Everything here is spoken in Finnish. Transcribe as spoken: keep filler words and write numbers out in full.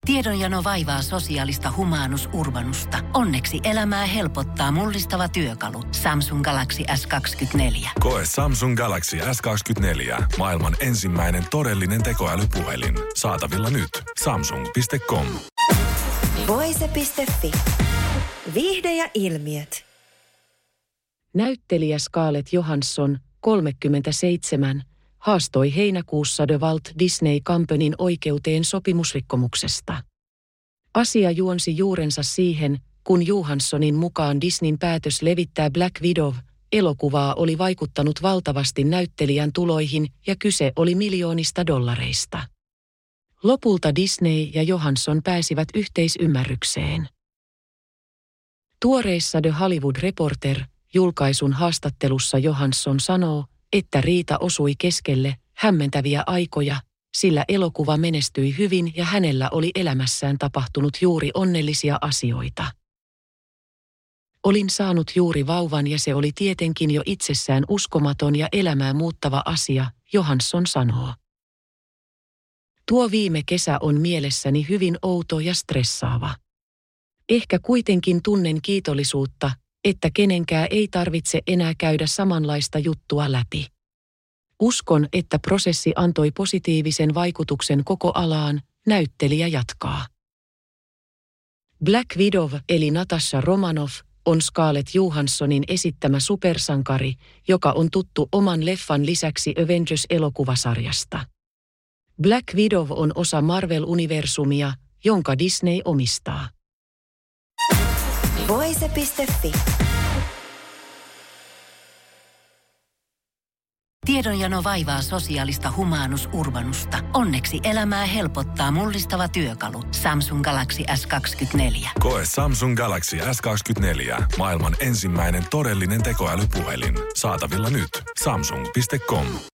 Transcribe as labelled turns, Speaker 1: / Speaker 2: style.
Speaker 1: Tiedonjano vaivaa sosiaalista humanus urbanusta. Onneksi elämää helpottaa mullistava työkalu. Samsung Galaxy S kaksikymmentäneljä.
Speaker 2: Koe Samsung Galaxy S kaksikymmentäneljä. Maailman ensimmäinen todellinen tekoälypuhelin. Saatavilla nyt. Samsung piste com.
Speaker 3: Voise piste fi. Viihde ja ilmiöt.
Speaker 4: Näyttelijä Scarlett Johansson, kolmekymmentäseitsemän, haastoi heinäkuussa The Walt Disney Companyn oikeuteen sopimusrikkomuksesta. Asia juonsi juurensa siihen, kun Johanssonin mukaan Disneyn päätös levittää Black Widow-elokuvaa oli vaikuttanut valtavasti näyttelijän tuloihin ja kyse oli miljoonista dollareista. Lopulta Disney ja Johansson pääsivät yhteisymmärrykseen. Tuoreissa The Hollywood Reporter julkaisun haastattelussa Johansson sanoo, että riita osui keskelle hämmentäviä aikoja, sillä elokuva menestyi hyvin ja hänellä oli elämässään tapahtunut juuri onnellisia asioita. Olin saanut juuri vauvan ja se oli tietenkin jo itsessään uskomaton ja elämää muuttava asia, Johansson sanoo. Tuo viime kesä on mielessäni hyvin outo ja stressaava. Ehkä kuitenkin tunnen kiitollisuutta, että kenenkään ei tarvitse enää käydä samanlaista juttua läpi. Uskon, että prosessi antoi positiivisen vaikutuksen koko alaan, näyttelijä jatkaa. Black Widow eli Natasha Romanoff on Scarlett Johanssonin esittämä supersankari, joka on tuttu oman leffan lisäksi Avengers-elokuvasarjasta. Black Widow on osa Marvel-universumia, jonka Disney omistaa.
Speaker 3: Voise piste fi.
Speaker 1: Tiedonjano vaivaa sosiaalista humanus urbanusta. Onneksi elämää helpottaa mullistava työkalu. Samsung Galaxy S kaksikymmentäneljä.
Speaker 2: Koe Samsung Galaxy S kaksikymmentäneljä. Maailman ensimmäinen todellinen tekoälypuhelin. Saatavilla nyt. Samsung piste com.